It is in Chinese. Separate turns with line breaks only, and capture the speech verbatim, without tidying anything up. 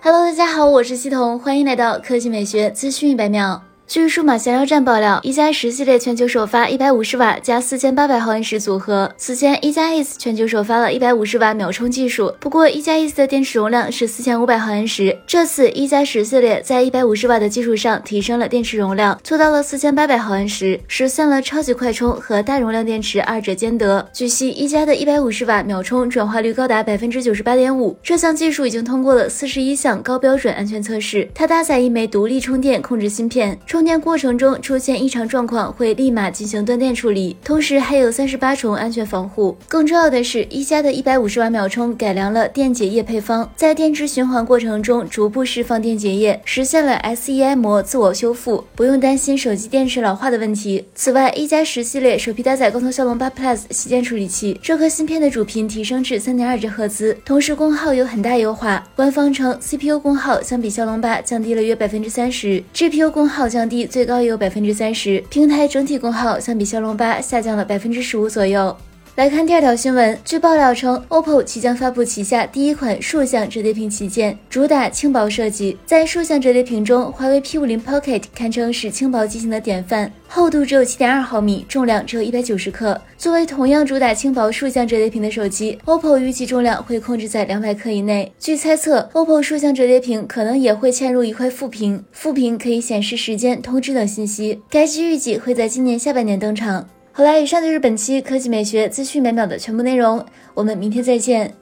Hello， 大家好，我是西彤，欢迎来到科技美学资讯一百秒。据数码闲聊站爆料，一加十系列全球首发一百五十瓦加四千八百毫安时组合。此前一加 Ace 全球首发了一百五十瓦秒充技术，不过一加 Ace 的电池容量是四千五百毫安时，这次一加十系列在一百五十瓦的基础上提升了电池容量，做到了四千八百毫安时，实现了超级快充和大容量电池二者兼得。据悉，一加的一百五十瓦秒充转化率高达 百分之九十八点五， 这项技术已经通过了四十一项高标准安全测试。它搭载一枚独立充电控制芯片，充电过程中出现异常状况会立马进行断电处理，同时还有三十八重安全防护。更重要的是，一加的一百五十瓦秒充改良了电解液配方，在电池循环过程中逐步释放电解液，实现了 S E I 膜自我修复，不用担心手机电池老化的问题。此外，一加十系列首批搭载高通骁龙八 Plus 旗舰处理器，这颗芯片的主频提升至 三点二吉赫兹，同时功耗有很大优化。官方称 C P U 功耗相比骁龙八降低了约 百分之三十， G P U 功耗降低最高也有 百分之三十， 平台整体功耗相比骁龙八下降了 百分之十五 左右。来看第二条新闻，据爆料称 O P P O 即将发布旗下第一款竖向折叠屏旗舰，主打轻薄设计。在竖向折叠屏中，华为 P五十 Pocket 堪称是轻薄机型的典范，厚度只有 七点二毫米，重量只有一百九十克。作为同样主打轻薄竖向折叠屏的手机， O P P O 预计重量会控制在两百克以内。据猜测， O P P O 竖向折叠屏可能也会嵌入一块副屏，副屏可以显示时间、通知等信息。该机预计会在今年下半年登场。好啦，以上就是本期科技美学资讯每秒的全部内容，我们明天再见。